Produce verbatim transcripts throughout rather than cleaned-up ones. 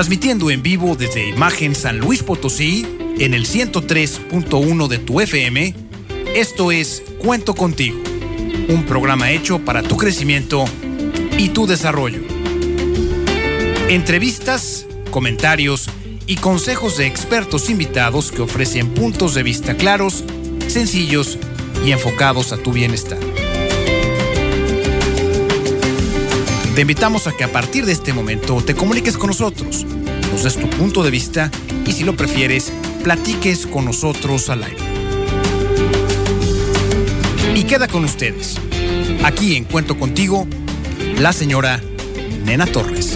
Transmitiendo en vivo desde Imagen San Luis Potosí, en el ciento tres punto uno de tu F M, esto es Cuento Contigo, un programa hecho para tu crecimiento y tu desarrollo. Entrevistas, comentarios y consejos de expertos invitados que ofrecen puntos de vista claros, sencillos y enfocados a tu bienestar. Te invitamos a que a partir de este momento te comuniques con nosotros, nos des tu punto de vista y, si lo prefieres, platiques con nosotros al aire. Y queda con ustedes, aquí en Cuento Contigo, la señora Nena Torres.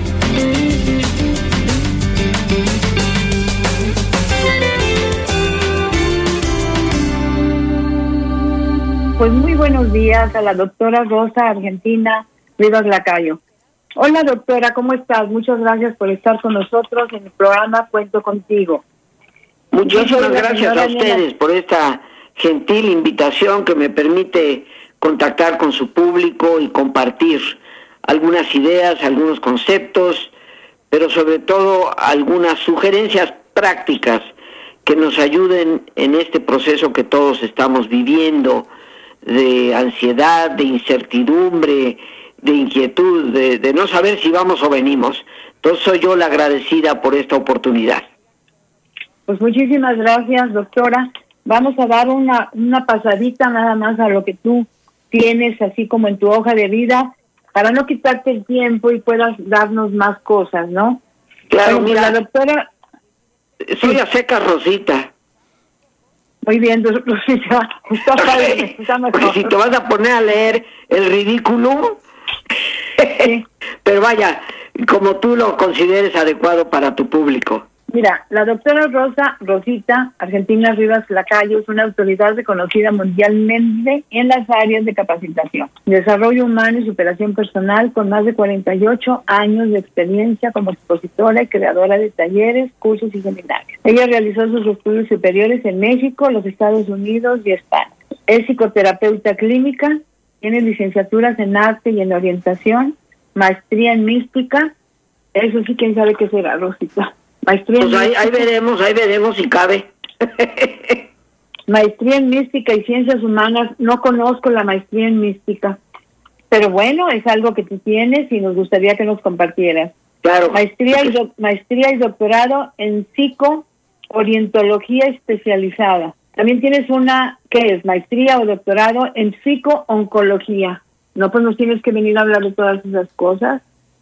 Pues muy buenos días a la doctora Rosa Argentina Rivas Lacayo. Hola doctora, ¿cómo estás? Muchas gracias por estar con nosotros en el programa Cuento Contigo. Muchísimas gracias a ustedes por esta gentil invitación que me permite contactar con su público y compartir algunas ideas, algunos conceptos, pero sobre todo algunas sugerencias prácticas que nos ayuden en este proceso que todos estamos viviendo de ansiedad, de incertidumbre, de inquietud, de, de no saber si vamos o venimos. Entonces soy yo la agradecida por esta oportunidad. Pues muchísimas gracias, doctora. Vamos a dar una, una pasadita nada más a lo que tú tienes, así como en tu hoja de vida, para no quitarte el tiempo y puedas darnos más cosas, ¿no? Claro, bueno, mira, la doctora... soy sí. a secas Rosita. Muy bien, Rosita, está padre, está mejor. Porque si te vas a poner a leer el ridículo, sí. Pero vaya, como tú lo consideres adecuado para tu público. Mira, la doctora Rosa Rosita Argentina Rivas Lacayo es una autoridad reconocida mundialmente en las áreas de capacitación, desarrollo humano y superación personal, con más de cuarenta y ocho años de experiencia como expositora y creadora de talleres, cursos y seminarios. Ella realizó sus estudios superiores en México, los Estados Unidos y España. Es psicoterapeuta clínica, tiene licenciaturas en arte y en orientación, maestría en mística. Eso sí, quién sabe qué será, Rosita. Maestría pues ahí, ahí veremos, ahí veremos si cabe. Maestría en mística y ciencias humanas. No conozco la maestría en mística, pero bueno, es algo que tú tienes y nos gustaría que nos compartieras. Claro. Maestría y, do, maestría y doctorado en psico-orientología especializada. También tienes una, ¿qué es? Maestría o doctorado en psico-oncología. No, pues nos tienes que venir a hablar de todas esas cosas.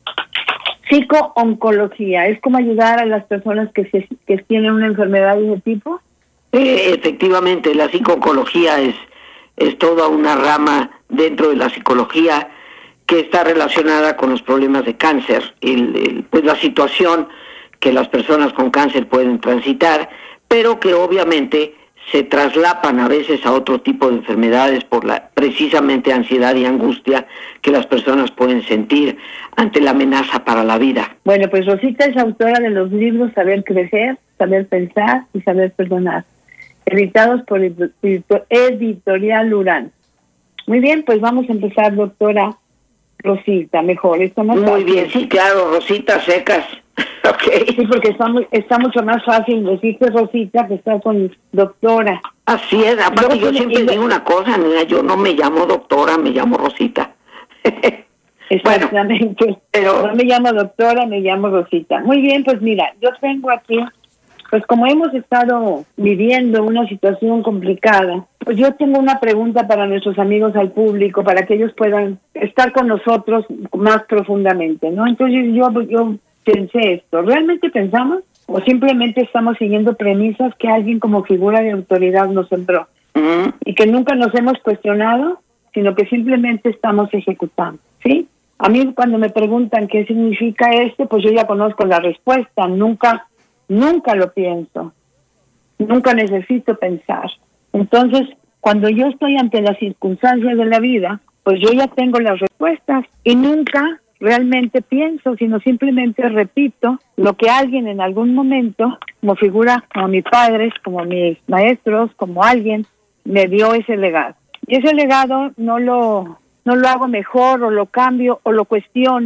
Psico-oncología, ¿es como ayudar a las personas que, se, que tienen una enfermedad de ese tipo? Eh, efectivamente, la psico-oncología es, es toda una rama dentro de la psicología que está relacionada con los problemas de cáncer, el, el, pues la situación que las personas con cáncer pueden transitar, pero que obviamente se traslapan a veces a otro tipo de enfermedades por la precisamente ansiedad y angustia que las personas pueden sentir ante la amenaza para la vida. Bueno, pues Rosita es autora de los libros Saber Crecer, Saber Pensar y Saber Perdonar, editados por Editorial Urán. Muy bien, pues vamos a empezar, doctora Rosita, mejor. Esto más Muy fácil. bien, sí, claro, Rosita Secas. Okay. Sí, porque está, muy, está mucho más fácil decirte Rosita que estar con doctora. Así es, aparte yo, yo siempre y, digo una cosa, niña, yo no me llamo doctora, me llamo Rosita. Exactamente, bueno, pero no me llamo doctora, me llamo Rosita. Muy bien, pues mira, yo tengo aquí, pues como hemos estado viviendo una situación complicada, pues yo tengo una pregunta para nuestros amigos al público, para que ellos puedan estar con nosotros más profundamente, ¿no? Entonces yo, yo pensé esto, ¿realmente pensamos o simplemente estamos siguiendo premisas que alguien como figura de autoridad nos sembró? Uh-huh. Y que nunca nos hemos cuestionado, sino que simplemente estamos ejecutando, ¿sí? A mí cuando me preguntan qué significa esto, pues yo ya conozco la respuesta, nunca, nunca lo pienso, nunca necesito pensar. Entonces, cuando yo estoy ante las circunstancias de la vida, pues yo ya tengo las respuestas y nunca realmente pienso, sino simplemente repito lo que alguien en algún momento, como figura, como mis padres, como mis maestros, como alguien, me dio ese legado. Y ese legado no lo, no lo hago mejor o lo cambio o lo cuestiono,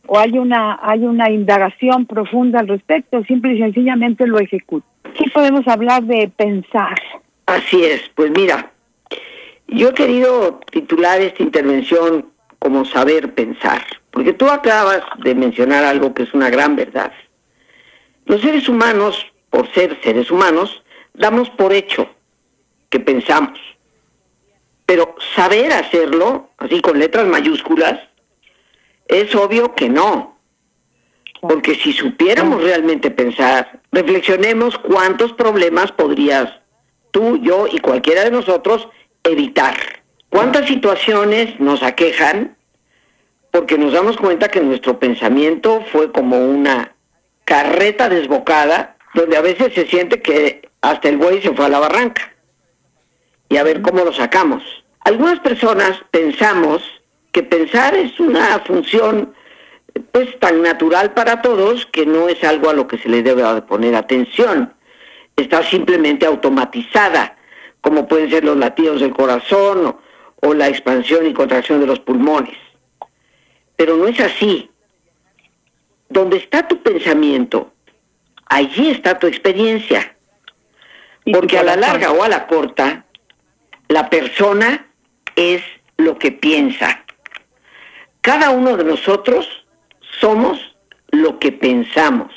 o hay una hay una indagación profunda al respecto, simple y sencillamente lo ejecuto. ¿Qué podemos hablar de pensar? Así es, pues mira, yo he querido titular esta intervención como saber pensar, porque tú acabas de mencionar algo que es una gran verdad. Los seres humanos, por ser seres humanos, damos por hecho que pensamos, pero saber hacerlo, así con letras mayúsculas, es obvio que no, porque si supiéramos realmente pensar, reflexionemos cuántos problemas podrías tú, yo y cualquiera de nosotros evitar. ¿Cuántas situaciones nos aquejan porque nos damos cuenta que nuestro pensamiento fue como una carreta desbocada, donde a veces se siente que hasta el buey se fue a la barranca? Y a ver cómo lo sacamos. Algunas personas pensamos que pensar es una función pues tan natural para todos que no es algo a lo que se le debe poner atención. Está simplemente automatizada, como pueden ser los latidos del corazón o, o la expansión y contracción de los pulmones. Pero no es así. Donde está tu pensamiento, allí está tu experiencia. Porque a la larga o a la corta, la persona es lo que piensa. Cada uno de nosotros somos lo que pensamos.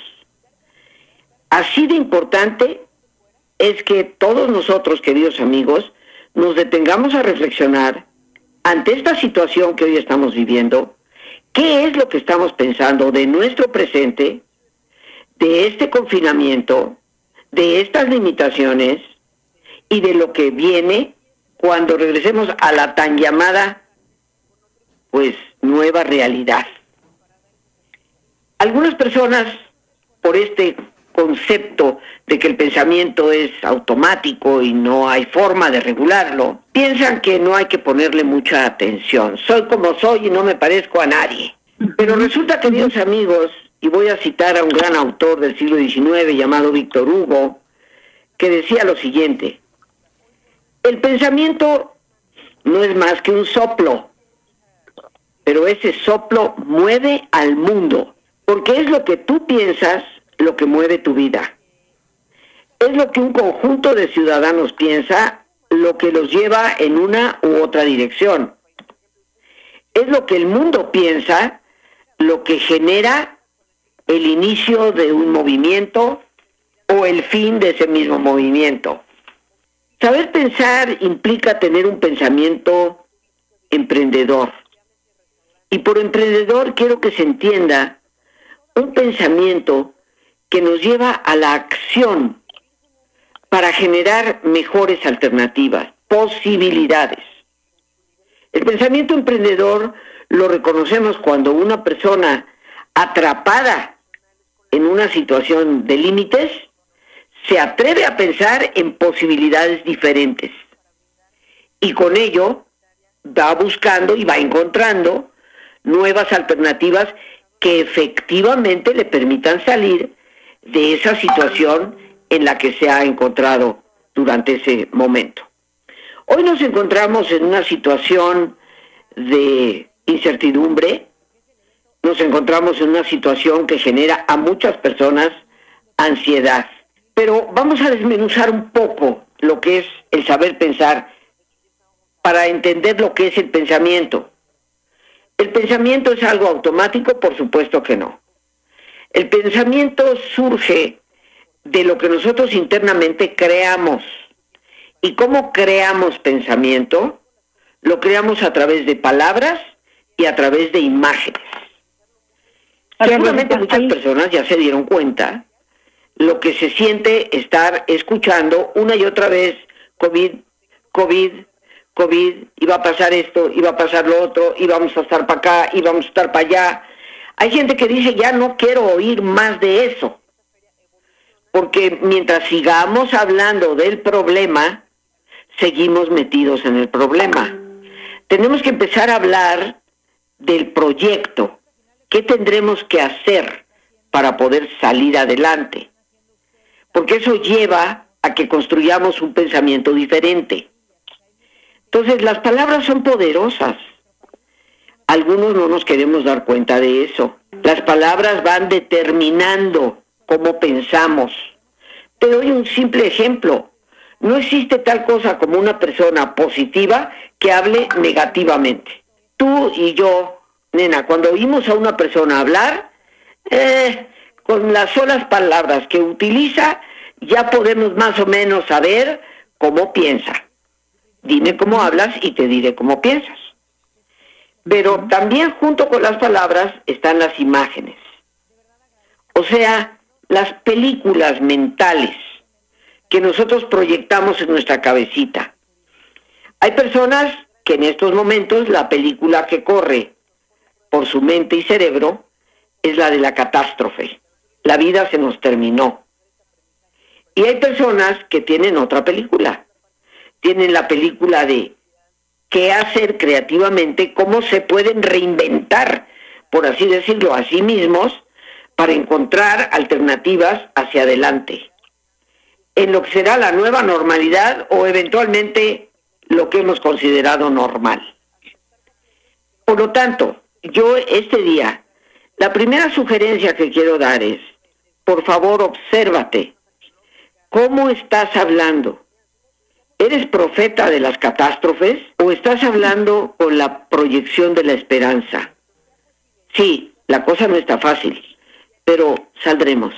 Así de importante es que todos nosotros, queridos amigos, nos detengamos a reflexionar ante esta situación que hoy estamos viviendo. ¿Qué es lo que estamos pensando de nuestro presente, de este confinamiento, de estas limitaciones y de lo que viene cuando regresemos a la tan llamada, pues, nueva realidad? Algunas personas, por este concepto de que el pensamiento es automático y no hay forma de regularlo, piensan que no hay que ponerle mucha atención. Soy como soy y no me parezco a nadie. Pero resulta, queridos amigos, y voy a citar a un gran autor del siglo diecinueve llamado Víctor Hugo, que decía lo siguiente: el pensamiento no es más que un soplo, pero ese soplo mueve al mundo, porque es lo que tú piensas lo que mueve tu vida. Es lo que un conjunto de ciudadanos piensa lo que los lleva en una u otra dirección. Es lo que el mundo piensa lo que genera el inicio de un movimiento o el fin de ese mismo movimiento. Saber pensar implica tener un pensamiento emprendedor. Y por emprendedor quiero que se entienda un pensamiento que nos lleva a la acción para generar mejores alternativas, posibilidades. El pensamiento emprendedor lo reconocemos cuando una persona atrapada en una situación de límites se atreve a pensar en posibilidades diferentes. Y con ello va buscando y va encontrando nuevas alternativas que efectivamente le permitan salir de esa situación en la que se ha encontrado durante ese momento. Hoy nos encontramos en una situación de incertidumbre, nos encontramos en una situación que genera a muchas personas ansiedad. Pero vamos a desmenuzar un poco lo que es el saber pensar para entender lo que es el pensamiento. ¿El pensamiento es algo automático? Por supuesto que no. El pensamiento surge de lo que nosotros internamente creamos. ¿Y cómo creamos pensamiento? Lo creamos a través de palabras y a través de imágenes. Seguramente muchas personas ya se dieron cuenta lo que se siente estar escuchando una y otra vez COVID, COVID, COVID, y va a pasar esto, y va a pasar lo otro, y vamos a estar para acá, y vamos a estar para allá. Hay gente que dice, ya no quiero oír más de eso, porque mientras sigamos hablando del problema, seguimos metidos en el problema. Tenemos que empezar a hablar del proyecto. ¿Qué tendremos que hacer para poder salir adelante? Porque eso lleva a que construyamos un pensamiento diferente. Entonces, las palabras son poderosas. Algunos no nos queremos dar cuenta de eso. Las palabras van determinando cómo pensamos. Te doy un simple ejemplo. No existe tal cosa como una persona positiva que hable negativamente. Tú y yo, nena, cuando oímos a una persona hablar, eh, con las solas palabras que utiliza, ya podemos más o menos saber cómo piensa. Dime cómo hablas y te diré cómo piensas. Pero también junto con las palabras están las imágenes. O sea, las películas mentales que nosotros proyectamos en nuestra cabecita. Hay personas que en estos momentos la película que corre por su mente y cerebro es la de la catástrofe. La vida se nos terminó. Y hay personas que tienen otra película. Tienen la película de qué hacer creativamente, cómo se pueden reinventar, por así decirlo, a sí mismos, para encontrar alternativas hacia adelante, en lo que será la nueva normalidad o eventualmente lo que hemos considerado normal. Por lo tanto, yo este día, la primera sugerencia que quiero dar es, por favor, obsérvate, ¿cómo estás hablando? ¿Eres profeta de las catástrofes o estás hablando con la proyección de la esperanza? Sí, la cosa no está fácil, pero saldremos.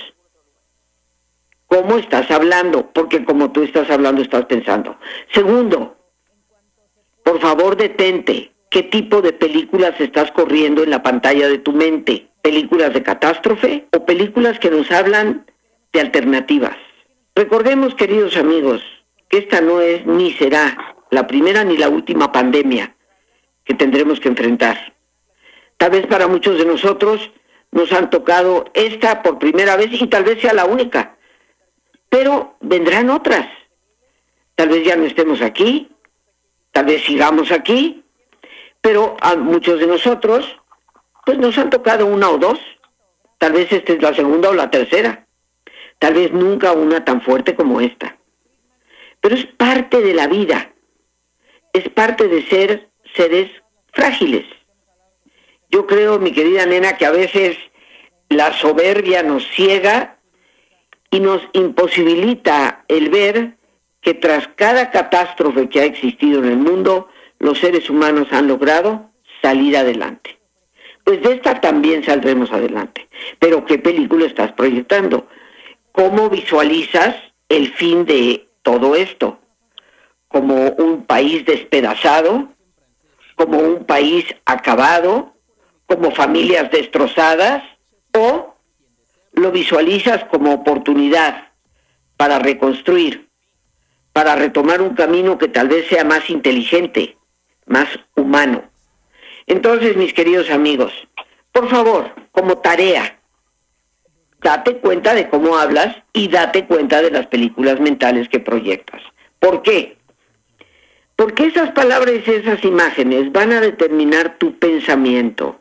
¿Cómo estás hablando? Porque como tú estás hablando, estás pensando. Segundo, por favor, detente. ¿Qué tipo de películas estás corriendo en la pantalla de tu mente? ¿Películas de catástrofe o películas que nos hablan de alternativas? Recordemos, queridos amigos, que esta no es ni será la primera ni la última pandemia que tendremos que enfrentar. Tal vez para muchos de nosotros nos han tocado esta por primera vez y tal vez sea la única. Pero vendrán otras. Tal vez ya no estemos aquí, tal vez sigamos aquí, pero a muchos de nosotros pues nos han tocado una o dos. Tal vez esta es la segunda o la tercera. Tal vez nunca una tan fuerte como esta. Pero es parte de la vida. Es parte de ser seres frágiles. Yo creo, mi querida nena, que a veces la soberbia nos ciega y nos imposibilita el ver que tras cada catástrofe que ha existido en el mundo, los seres humanos han logrado salir adelante. Pues de esta también saldremos adelante. Pero ¿qué película estás proyectando? ¿Cómo visualizas el fin de todo esto? ¿Como un país despedazado? ¿Como un país acabado? ¿Como familias destrozadas? ¿O lo visualizas como oportunidad para reconstruir, para retomar un camino que tal vez sea más inteligente, más humano? Entonces, mis queridos amigos, por favor, como tarea, date cuenta de cómo hablas y date cuenta de las películas mentales que proyectas. ¿Por qué? Porque esas palabras y esas imágenes van a determinar tu pensamiento.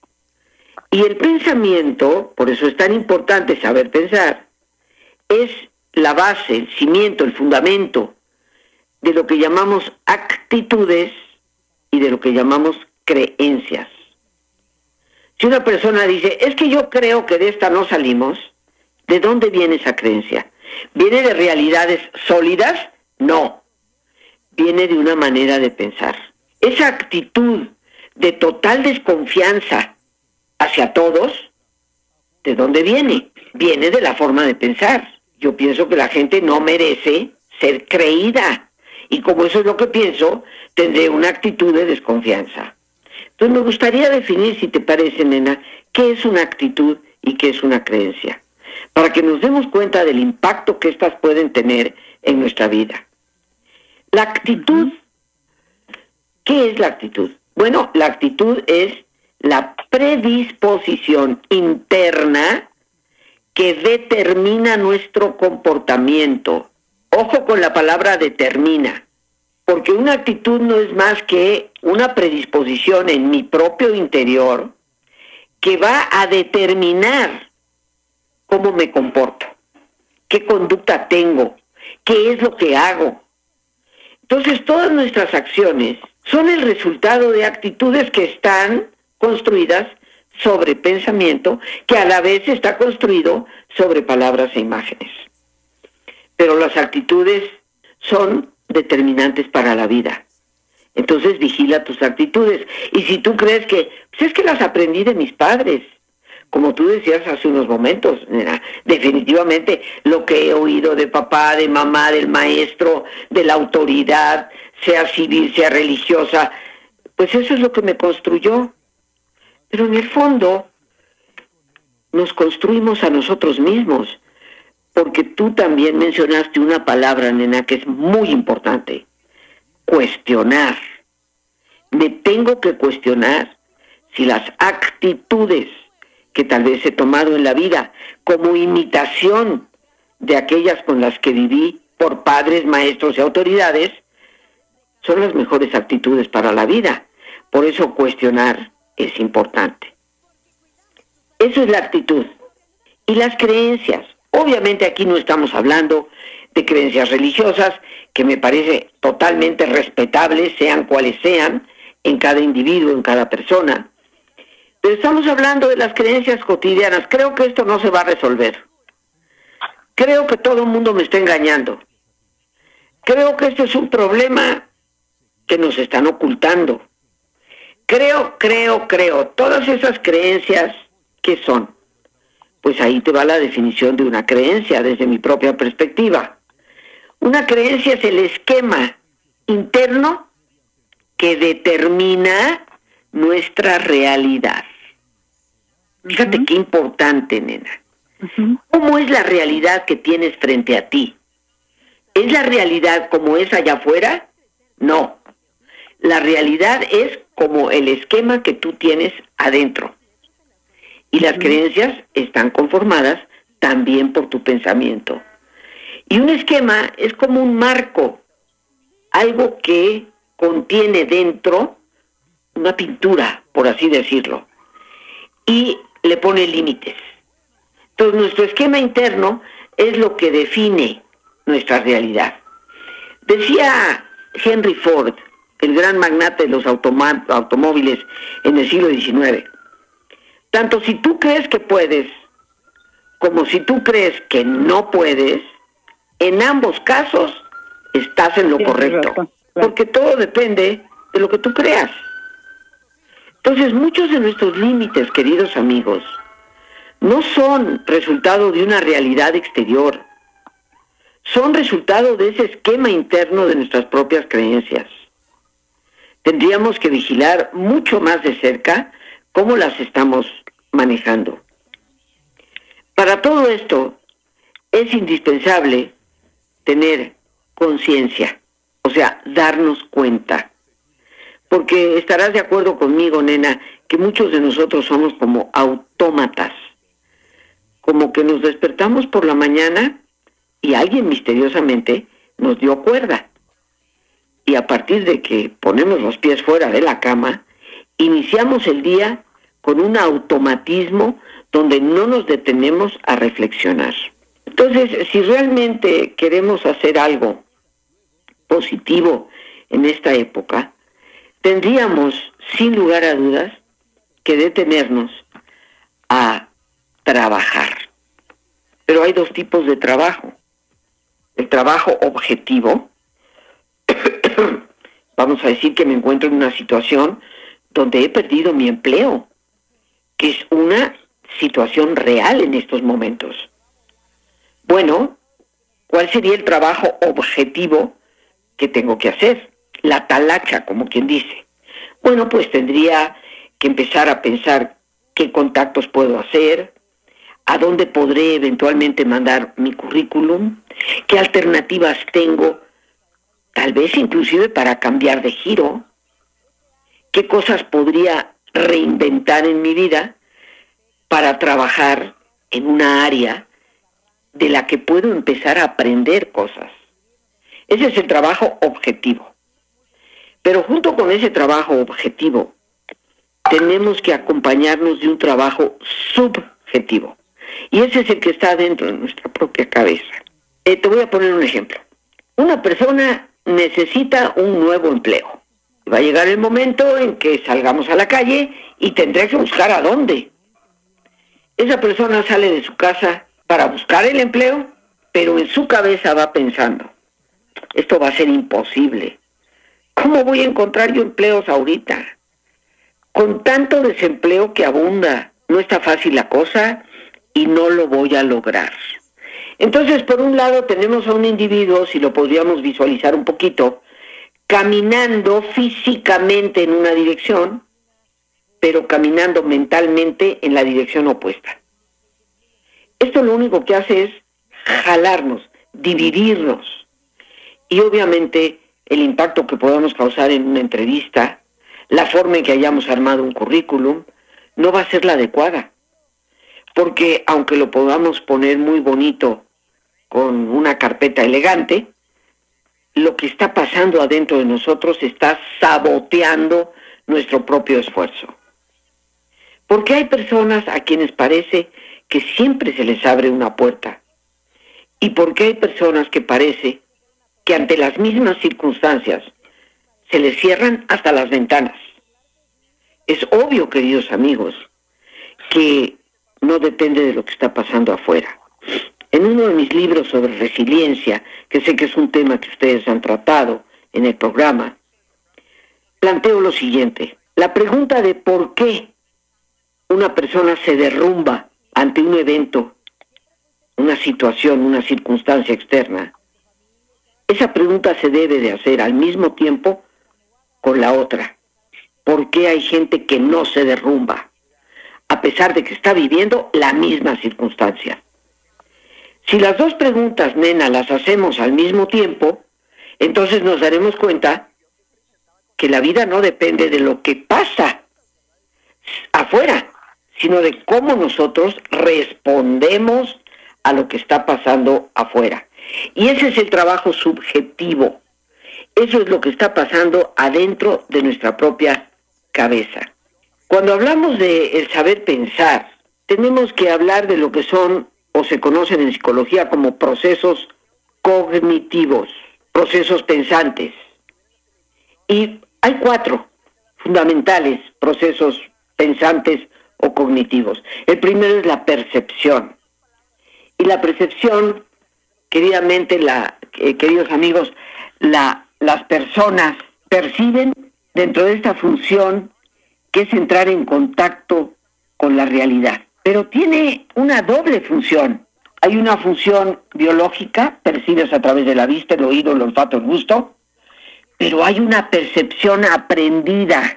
Y el pensamiento, por eso es tan importante saber pensar, es la base, el cimiento, el fundamento de lo que llamamos actitudes y de lo que llamamos creencias. Si una persona dice, es que yo creo que de esta no salimos, ¿de dónde viene esa creencia? ¿Viene de realidades sólidas? No. Viene de una manera de pensar. Esa actitud de total desconfianza hacia todos, ¿de dónde viene? Viene de la forma de pensar. Yo pienso que la gente no merece ser creída. Y como eso es lo que pienso, tendré una actitud de desconfianza. Entonces me gustaría definir, si te parece, nena, qué es una actitud y qué es una creencia, para que nos demos cuenta del impacto que éstas pueden tener en nuestra vida. La actitud, ¿qué es la actitud? Bueno, la actitud es la predisposición interna que determina nuestro comportamiento. Ojo con la palabra determina, porque una actitud no es más que una predisposición en mi propio interior que va a determinar cómo me comporto, qué conducta tengo, qué es lo que hago. Entonces, todas nuestras acciones son el resultado de actitudes que están construidas sobre pensamiento, que a la vez está construido sobre palabras e imágenes. Pero las actitudes son determinantes para la vida. Entonces vigila tus actitudes. Y si tú crees que, pues es que las aprendí de mis padres, como tú decías hace unos momentos, nena, definitivamente lo que he oído de papá, de mamá, del maestro, de la autoridad, sea civil, sea religiosa, pues eso es lo que me construyó. Pero en el fondo nos construimos a nosotros mismos, porque tú también mencionaste una palabra, nena, que es muy importante: cuestionar. Me tengo que cuestionar si las actitudes que tal vez he tomado en la vida como imitación de aquellas con las que viví por padres, maestros y autoridades son las mejores actitudes para la vida. Por eso cuestionar es importante. Eso es la actitud. Y las creencias. Obviamente aquí no estamos hablando de creencias religiosas, que me parece totalmente respetables, sean cuales sean, en cada individuo, en cada persona. Pero estamos hablando de las creencias cotidianas. Creo que esto no se va a resolver. Creo que todo el mundo me está engañando. Creo que esto es un problema que nos están ocultando. Creo, creo, creo. Todas esas creencias, ¿qué son? Pues ahí te va la definición de una creencia desde mi propia perspectiva. Una creencia es el esquema interno que determina nuestra realidad. Fíjate uh-huh. qué importante, nena. Uh-huh. ¿Cómo es la realidad que tienes frente a ti? ¿Es la realidad como es allá afuera? No. La realidad es como el esquema que tú tienes adentro. Y las uh-huh. creencias están conformadas también por tu pensamiento. Y un esquema es como un marco, algo que contiene dentro una pintura, por así decirlo, y le pone límites. Entonces nuestro esquema interno es lo que define nuestra realidad. Decía Henry Ford, el gran magnate de los automa- automóviles en el siglo diecinueve, tanto si tú crees que puedes, como si tú crees que no puedes, en ambos casos estás en lo sí, correcto, claro. porque todo depende de lo que tú creas. Entonces, muchos de nuestros límites, queridos amigos, no son resultado de una realidad exterior, son resultado de ese esquema interno de nuestras propias creencias. Tendríamos que vigilar mucho más de cerca cómo las estamos manejando. Para todo esto, es indispensable tener conciencia, o sea, darnos cuenta. Porque estarás de acuerdo conmigo, nena, que muchos de nosotros somos como autómatas. Como que nos despertamos por la mañana y alguien misteriosamente nos dio cuerda. Y a partir de que ponemos los pies fuera de la cama, iniciamos el día con un automatismo donde no nos detenemos a reflexionar. Entonces, si realmente queremos hacer algo positivo en esta época, tendríamos, sin lugar a dudas, que detenernos a trabajar. Pero hay dos tipos de trabajo. El trabajo objetivo, vamos a decir que me encuentro en una situación donde he perdido mi empleo, que es una situación real en estos momentos. Bueno, ¿cuál sería el trabajo objetivo que tengo que hacer? La talacha, como quien dice. Bueno, pues tendría que empezar a pensar qué contactos puedo hacer, a dónde podré eventualmente mandar mi currículum, qué alternativas tengo, tal vez inclusive para cambiar de giro, qué cosas podría reinventar en mi vida para trabajar en una área de la que puedo empezar a aprender cosas. Ese es el trabajo objetivo. Pero junto con ese trabajo objetivo, tenemos que acompañarnos de un trabajo subjetivo. Y ese es el que está dentro de nuestra propia cabeza. Eh, te voy a poner un ejemplo. Una persona necesita un nuevo empleo. Va a llegar el momento en que salgamos a la calle y tendré que buscar a dónde. Esa persona sale de su casa para buscar el empleo, pero en su cabeza va pensando, esto va a ser imposible. ¿Cómo voy a encontrar yo empleos ahorita? Con tanto desempleo que abunda, no está fácil la cosa y no lo voy a lograr. Entonces, por un lado, tenemos a un individuo, si lo podríamos visualizar un poquito, caminando físicamente en una dirección, pero caminando mentalmente en la dirección opuesta. Esto lo único que hace es jalarnos, dividirnos. Y obviamente el impacto que podamos causar en una entrevista, la forma en que hayamos armado un currículum, no va a ser la adecuada. Porque aunque lo podamos poner muy bonito con una carpeta elegante, lo que está pasando adentro de nosotros está saboteando nuestro propio esfuerzo. Porque hay personas a quienes parece que siempre se les abre una puerta. Y porque hay personas que parece que ante las mismas circunstancias se les cierran hasta las ventanas. Es obvio, queridos amigos, que no depende de lo que está pasando afuera. En uno de mis libros sobre resiliencia, que sé que es un tema que ustedes han tratado en el programa, planteo lo siguiente. La pregunta de por qué una persona se derrumba ante un evento, una situación, una circunstancia externa, esa pregunta se debe de hacer al mismo tiempo con la otra. ¿Por qué hay gente que no se derrumba, a pesar de que está viviendo la misma circunstancia? Si las dos preguntas, nena, las hacemos al mismo tiempo, entonces nos daremos cuenta que la vida no depende de lo que pasa afuera, sino de cómo nosotros respondemos a lo que está pasando afuera. Y ese es el trabajo subjetivo. Eso es lo que está pasando adentro de nuestra propia cabeza. Cuando hablamos de el saber pensar, tenemos que hablar de lo que son o se conocen en psicología como procesos cognitivos, procesos pensantes. Y hay cuatro fundamentales procesos pensantes o cognitivos. El primero es la percepción. Y la percepción, queridamente, la, eh, queridos amigos, la, las personas perciben dentro de esta función que es entrar en contacto con la realidad. Pero tiene una doble función. Hay una función biológica, percibes a través de la vista, el oído, el olfato, el gusto, pero hay una percepción aprendida.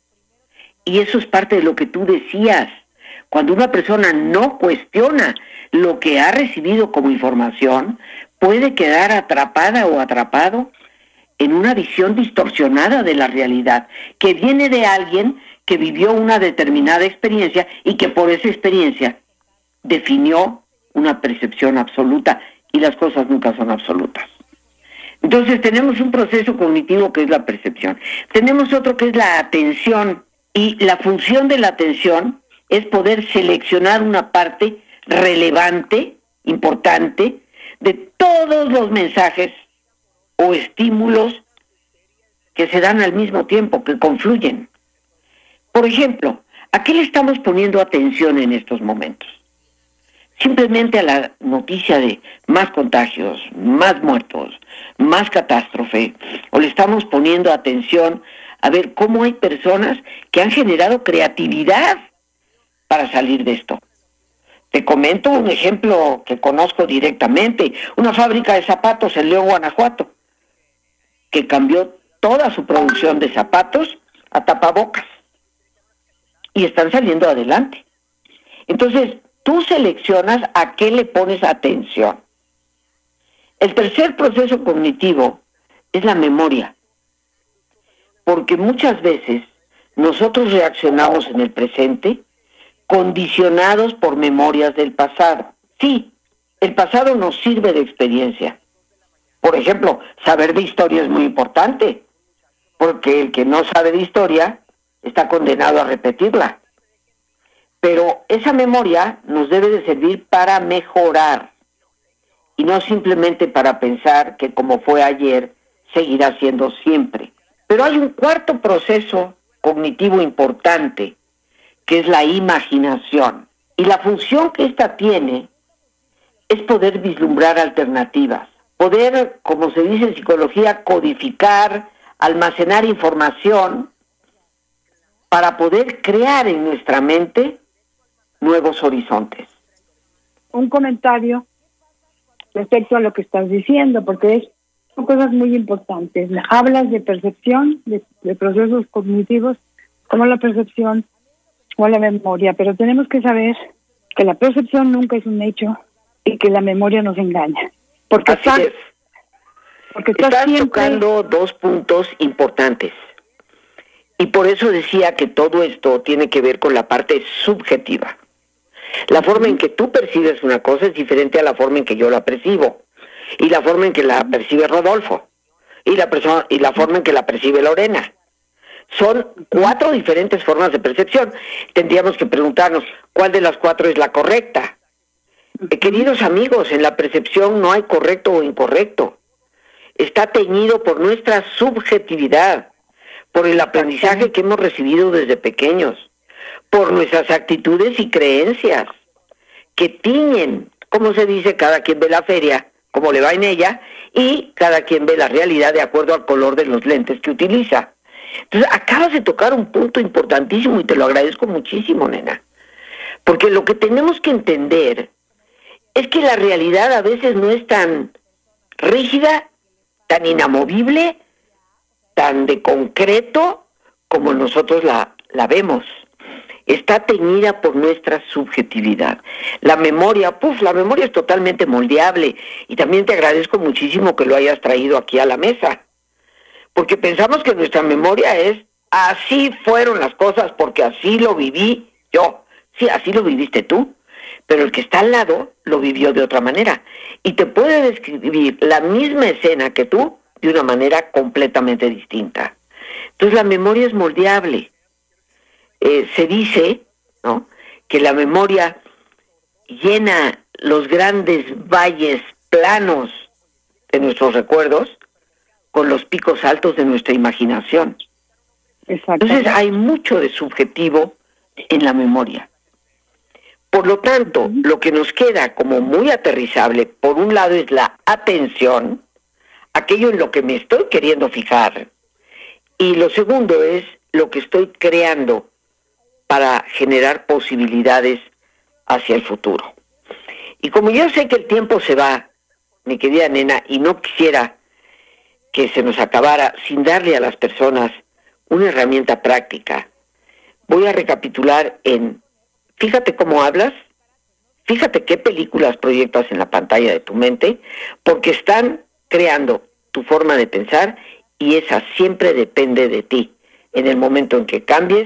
Y eso es parte de lo que tú decías. Cuando una persona no cuestiona lo que ha recibido como información, puede quedar atrapada o atrapado en una visión distorsionada de la realidad, que viene de alguien que vivió una determinada experiencia y que por esa experiencia definió una percepción absoluta, y las cosas nunca son absolutas. Entonces tenemos un proceso cognitivo que es la percepción. Tenemos otro que es la atención, y la función de la atención es poder seleccionar una parte relevante, importante, de todos los mensajes o estímulos que se dan al mismo tiempo, que confluyen. Por ejemplo, ¿a qué le estamos poniendo atención en estos momentos? Simplemente a la noticia de más contagios, más muertos, más catástrofe, o le estamos poniendo atención a ver cómo hay personas que han generado creatividad para salir de esto. Te comento un ejemplo que conozco directamente, una fábrica de zapatos en León, Guanajuato, que cambió toda su producción de zapatos a tapabocas, y están saliendo adelante. Entonces, tú seleccionas a qué le pones atención. El tercer proceso cognitivo es la memoria, porque muchas veces nosotros reaccionamos en el presente condicionados por memorias del pasado. Sí, el pasado nos sirve de experiencia. Por ejemplo, saber de historia es muy importante, porque el que no sabe de historia está condenado a repetirla. Pero esa memoria nos debe de servir para mejorar, y no simplemente para pensar que como fue ayer, seguirá siendo siempre. Pero hay un cuarto proceso cognitivo importante, que es la imaginación. Y la función que ésta tiene es poder vislumbrar alternativas, poder, como se dice en psicología, codificar, almacenar información para poder crear en nuestra mente nuevos horizontes. Un comentario respecto a lo que estás diciendo, porque es, son cosas muy importantes. Hablas de percepción, de, de procesos cognitivos, como la percepción o la memoria, pero tenemos que saber que la percepción nunca es un hecho y que la memoria nos engaña. Porque Así estás, es. porque estás, estás siempre... tocando dos puntos importantes. Y por eso decía que todo esto tiene que ver con la parte subjetiva. La uh-huh. forma en que tú percibes una cosa es diferente a la forma en que yo la percibo. Y la forma en que la percibe Rodolfo. Y la, persona, y la forma en que la percibe Lorena. Son cuatro diferentes formas de percepción. Tendríamos que preguntarnos cuál de las cuatro es la correcta. Eh, queridos amigos, en la percepción no hay correcto o incorrecto. Está teñido por nuestra subjetividad, por el aprendizaje que hemos recibido desde pequeños, por nuestras actitudes y creencias, que tiñen, como se dice, cada quien ve la feria, como le va en ella, y cada quien ve la realidad de acuerdo al color de los lentes que utiliza. Entonces, acabas de tocar un punto importantísimo y te lo agradezco muchísimo, nena. Porque lo que tenemos que entender es que la realidad a veces no es tan rígida, tan inamovible, tan de concreto como nosotros la, la vemos. Está teñida por nuestra subjetividad. La memoria, puf, la memoria es totalmente moldeable. Y también te agradezco muchísimo que lo hayas traído aquí a la mesa. Porque pensamos que nuestra memoria es, así fueron las cosas, porque así lo viví yo. Sí, así lo viviste tú, pero el que está al lado lo vivió de otra manera. Y te puede describir la misma escena que tú de una manera completamente distinta. Entonces la memoria es moldeable. Eh, se dice, ¿no?, que la memoria llena los grandes valles planos de nuestros recuerdos con los picos altos de nuestra imaginación. Entonces hay mucho de subjetivo en la memoria. Por lo tanto, lo que nos queda como muy aterrizable, por un lado es la atención, aquello en lo que me estoy queriendo fijar, y lo segundo es lo que estoy creando para generar posibilidades hacia el futuro. Y como yo sé que el tiempo se va, mi querida nena, y no quisiera que se nos acabara sin darle a las personas una herramienta práctica, voy a recapitular en, fíjate cómo hablas, fíjate qué películas proyectas en la pantalla de tu mente, porque están creando tu forma de pensar y esa siempre depende de ti, en el momento en que cambies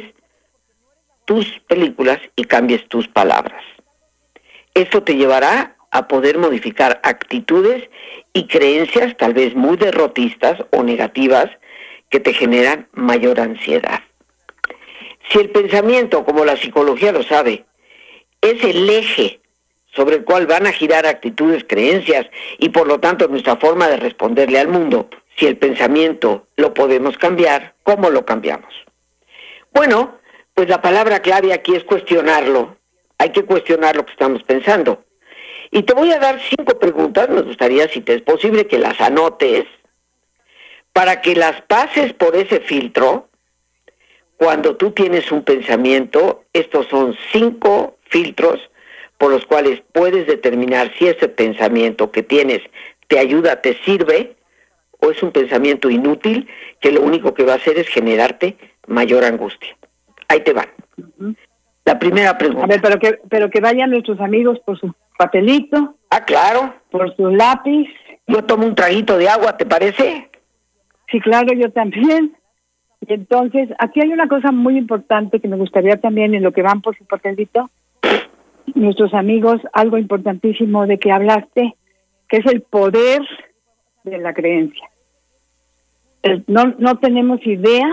tus películas y cambies tus palabras. Esto te llevará a poder modificar actitudes y creencias tal vez muy derrotistas o negativas que te generan mayor ansiedad. Si el pensamiento, como la psicología lo sabe, es el eje sobre el cual van a girar actitudes, creencias y por lo tanto nuestra forma de responderle al mundo, si el pensamiento lo podemos cambiar, ¿cómo lo cambiamos? Bueno, pues la palabra clave aquí es cuestionarlo. Hay que cuestionar lo que estamos pensando. Y te voy a dar cinco preguntas, me gustaría, si te es posible, que las anotes, para que las pases por ese filtro. Cuando tú tienes un pensamiento, estos son cinco filtros por los cuales puedes determinar si ese pensamiento que tienes te ayuda, te sirve, o es un pensamiento inútil que lo único que va a hacer es generarte mayor angustia. Ahí te van. Uh-huh. La primera pregunta. A ver, pero que, pero que vayan nuestros amigos por su papelito. Ah, claro. Por su lápiz. Yo tomo un traguito de agua, ¿te parece? Sí, claro, yo también. Y entonces, aquí hay una cosa muy importante que me gustaría también, en lo que van por su papelito, nuestros amigos, algo importantísimo de que hablaste, que es el poder de la creencia. El, no, no tenemos idea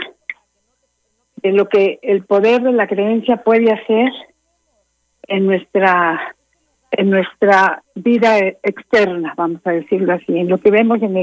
de lo que el poder de la creencia puede hacer en nuestra en nuestra vida externa, vamos a decirlo así, en lo que vemos en el mundo.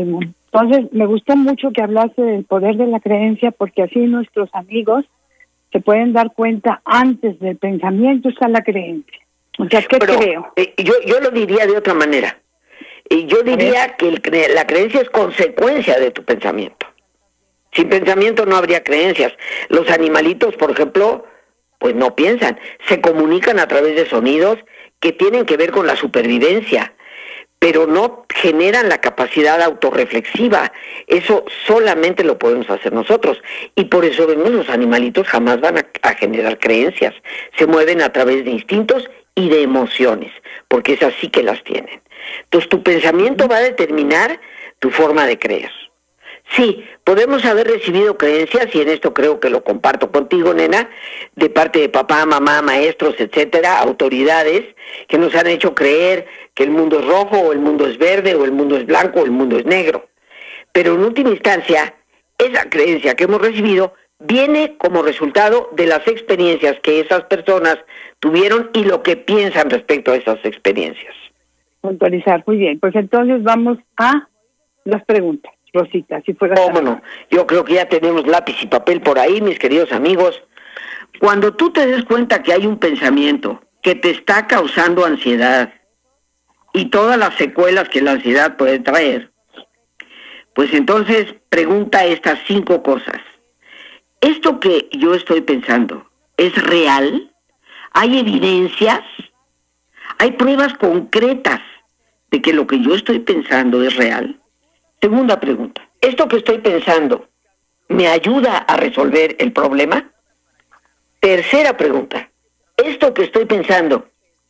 Entonces, me gustó mucho que hablase del poder de la creencia, porque así nuestros amigos se pueden dar cuenta, antes del pensamiento está la creencia. O sea, ¿qué Pero, creo? Eh, yo, yo lo diría de otra manera. Y yo diría que el, la creencia es consecuencia de tu pensamiento. Sin pensamiento no habría creencias. Los animalitos, por ejemplo, pues no piensan. Se comunican a través de sonidos que tienen que ver con la supervivencia, pero no generan la capacidad autorreflexiva. Eso solamente lo podemos hacer nosotros. Y por eso vemos, los animalitos jamás van a, a generar creencias. Se mueven a través de instintos y de emociones, porque esas sí que las tienen. Entonces, tu pensamiento va a determinar tu forma de creer. Sí, podemos haber recibido creencias, y en esto creo que lo comparto contigo, nena, de parte de papá, mamá, maestros, etcétera, autoridades, que nos han hecho creer que el mundo es rojo, o el mundo es verde, o el mundo es blanco, o el mundo es negro. Pero en última instancia, esa creencia que hemos recibido viene como resultado de las experiencias que esas personas tuvieron y lo que piensan respecto a esas experiencias. Puntualizar, muy bien. Pues entonces vamos a las preguntas. Rosita, si fuera... ¿Cómo no? Yo creo que ya tenemos lápiz y papel por ahí, mis queridos amigos. Cuando tú te des cuenta que hay un pensamiento que te está causando ansiedad y todas las secuelas que la ansiedad puede traer, pues entonces pregunta estas cinco cosas. ¿Esto que yo estoy pensando es real? ¿Hay evidencias? ¿Hay pruebas concretas de que lo que yo estoy pensando es real? Segunda pregunta, ¿esto que estoy pensando me ayuda a resolver el problema? Tercera pregunta, ¿esto que estoy pensando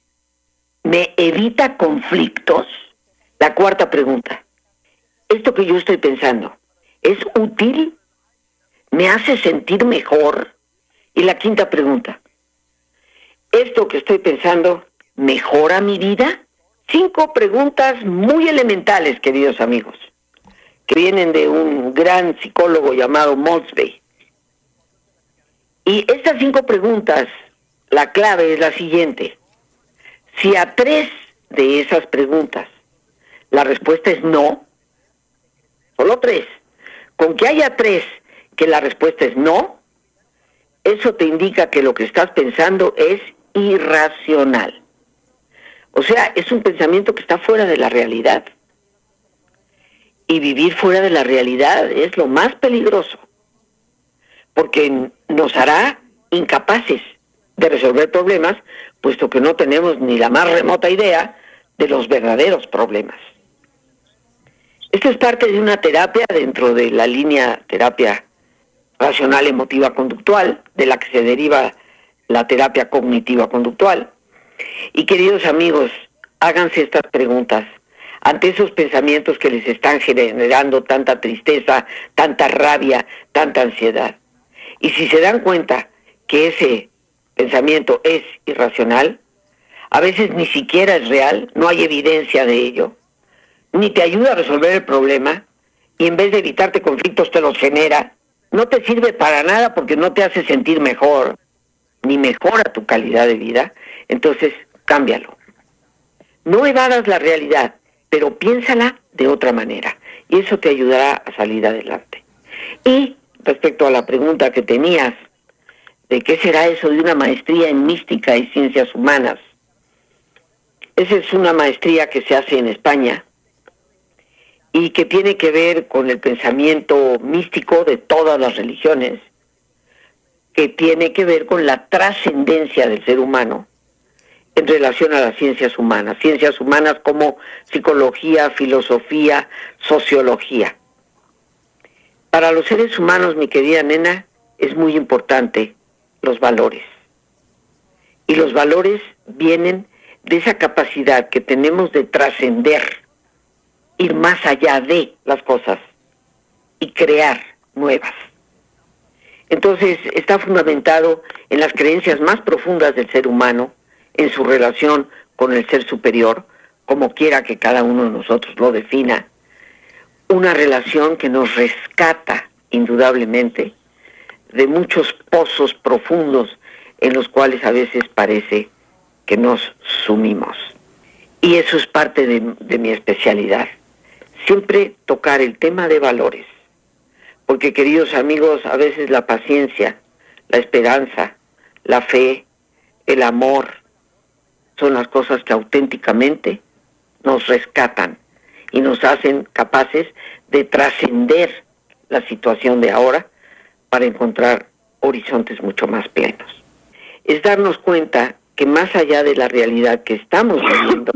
me evita conflictos? La cuarta pregunta, ¿esto que yo estoy pensando es útil? ¿Me hace sentir mejor? Y la quinta pregunta, ¿esto que estoy pensando mejora mi vida? Cinco preguntas muy elementales, queridos amigos, que vienen de un gran psicólogo llamado Maltzberg. Y estas cinco preguntas, la clave es la siguiente. Si a tres de esas preguntas la respuesta es no, solo tres, con que haya tres que la respuesta es no, eso te indica que lo que estás pensando es irracional. O sea, es un pensamiento que está fuera de la realidad. Y vivir fuera de la realidad es lo más peligroso, porque nos hará incapaces de resolver problemas, puesto que no tenemos ni la más remota idea de los verdaderos problemas. Esto es parte de una terapia dentro de la línea terapia racional emotiva conductual, de la que se deriva la terapia cognitiva conductual. Y queridos amigos, háganse estas preguntas ante esos pensamientos que les están generando tanta tristeza, tanta rabia, tanta ansiedad. Y si se dan cuenta que ese pensamiento es irracional, a veces ni siquiera es real, no hay evidencia de ello, ni te ayuda a resolver el problema, y en vez de evitarte conflictos te los genera, no te sirve para nada porque no te hace sentir mejor, ni mejora tu calidad de vida, entonces cámbialo. No evadas la realidad, pero piénsala de otra manera, y eso te ayudará a salir adelante. Y respecto a la pregunta que tenías, de qué será eso de una maestría en mística y ciencias humanas, esa es una maestría que se hace en España, y que tiene que ver con el pensamiento místico de todas las religiones, que tiene que ver con la trascendencia del ser humano en relación a las ciencias humanas, ciencias humanas como psicología, filosofía, sociología. Para los seres humanos, mi querida nena, es muy importante los valores. Y los valores vienen de esa capacidad que tenemos de trascender, ir más allá de las cosas y crear nuevas. Entonces, está fundamentado en las creencias más profundas del ser humano, en su relación con el ser superior, como quiera que cada uno de nosotros lo defina, una relación que nos rescata indudablemente de muchos pozos profundos en los cuales a veces parece que nos sumimos. Y eso es parte de, de mi especialidad, siempre tocar el tema de valores. Porque, queridos amigos, a veces la paciencia, la esperanza, la fe, el amor, son las cosas que auténticamente nos rescatan y nos hacen capaces de trascender la situación de ahora para encontrar horizontes mucho más plenos. Es darnos cuenta que más allá de la realidad que estamos viviendo,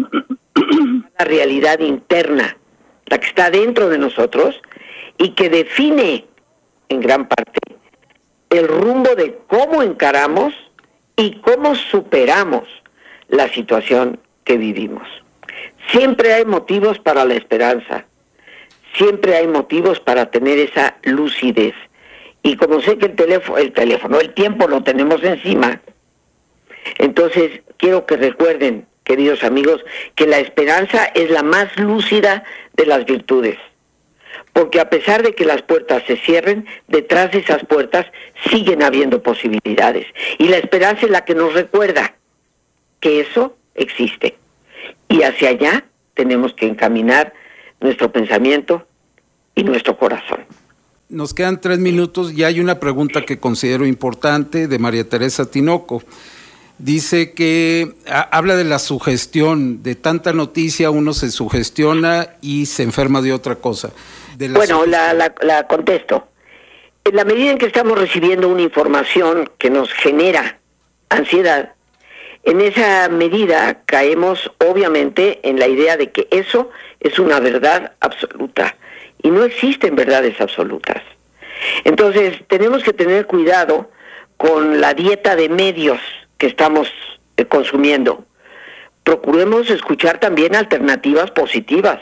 la realidad interna, la que está dentro de nosotros y que define en gran parte el rumbo de cómo encaramos y cómo superamos la situación que vivimos. Siempre hay motivos para la esperanza, siempre hay motivos para tener esa lucidez. Y como sé que el teléfono, el teléfono, el tiempo lo tenemos encima, entonces quiero que recuerden, queridos amigos, que la esperanza es la más lúcida de las virtudes. Porque a pesar de que las puertas se cierren, detrás de esas puertas siguen habiendo posibilidades. Y la esperanza es la que nos recuerda que eso existe. Y hacia allá tenemos que encaminar nuestro pensamiento y nuestro corazón. Nos quedan tres minutos y hay una pregunta que considero importante de María Teresa Tinoco. Dice que a, habla de la sugestión, de tanta noticia uno se sugestiona y se enferma de otra cosa. De la bueno, la, la, la contesto. En la medida en que estamos recibiendo una información que nos genera ansiedad, en esa medida caemos obviamente en la idea de que eso es una verdad absoluta y no existen verdades absolutas. Entonces tenemos que tener cuidado con la dieta de medios que estamos eh, consumiendo. Procuremos escuchar también alternativas positivas.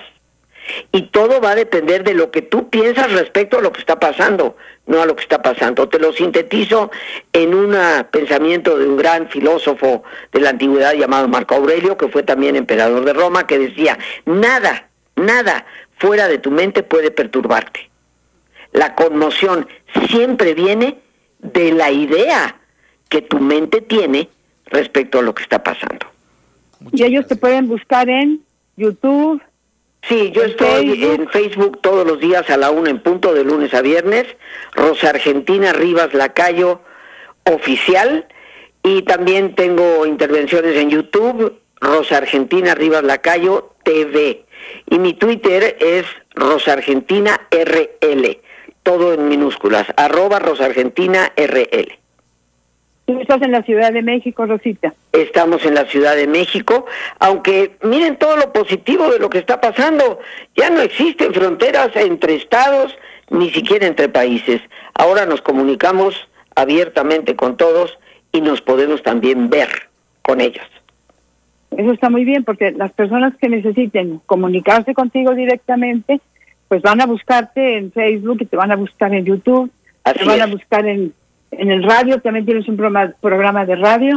Y todo va a depender de lo que tú piensas respecto a lo que está pasando, no a lo que está pasando. Te lo sintetizo en un pensamiento de un gran filósofo de la antigüedad llamado Marco Aurelio, que fue también emperador de Roma, que decía, nada, nada fuera de tu mente puede perturbarte. La conmoción siempre viene de la idea que tu mente tiene respecto a lo que está pasando. Muchas y ellos gracias. Te pueden buscar en YouTube. Sí, yo estoy Facebook. en Facebook todos los días a la una en punto, de lunes a viernes, Rosa Argentina Rivas Lacayo Oficial, y también tengo intervenciones en YouTube, Rosa Argentina Rivas Lacayo T V, y mi Twitter es Rosa Argentina R L, todo en minúsculas, arroba Rosa Argentina R L. ¿Tú estás en la Ciudad de México, Rosita? Estamos en la Ciudad de México, aunque miren todo lo positivo de lo que está pasando. Ya no existen fronteras entre estados, ni siquiera entre países. Ahora nos comunicamos abiertamente con todos y nos podemos también ver con ellos. Eso está muy bien, porque las personas que necesiten comunicarse contigo directamente, pues van a buscarte en Facebook y te van a buscar en YouTube, Así te van es. a buscar en... En el radio, ¿también tienes un programa, programa de radio?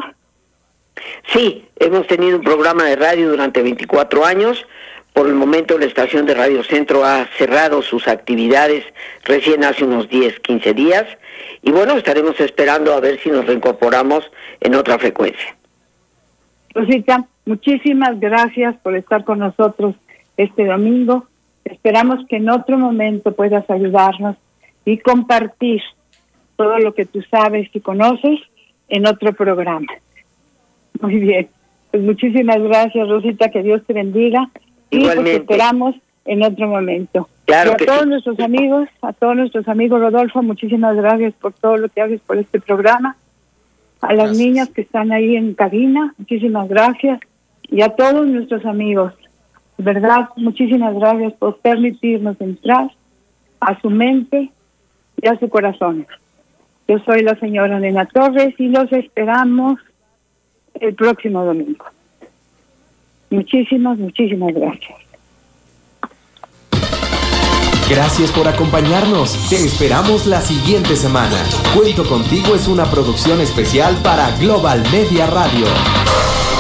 Sí, hemos tenido un programa de radio durante veinticuatro años. Por el momento la estación de Radio Centro ha cerrado sus actividades recién hace unos diez, quince días. Y bueno, estaremos esperando a ver si nos reincorporamos en otra frecuencia. Rosita, muchísimas gracias por estar con nosotros este domingo. Esperamos que en otro momento puedas ayudarnos y compartir todo lo que tú sabes y conoces en otro programa. Muy bien. Pues muchísimas gracias, Rosita, que Dios te bendiga. Igualmente. Y pues te esperamos en otro momento. Claro y a que todos sí. nuestros amigos, a todos nuestros amigos, Rodolfo, muchísimas gracias por todo lo que haces por este programa. A las gracias. niñas que están ahí en cabina, muchísimas gracias. Y a todos nuestros amigos, verdad, muchísimas gracias por permitirnos entrar a su mente y a su corazón. Yo soy la señora Nena Torres y los esperamos el próximo domingo. Muchísimas, muchísimas gracias. Gracias por acompañarnos. Te esperamos la siguiente semana. Cuento Contigo es una producción especial para Global Media Radio.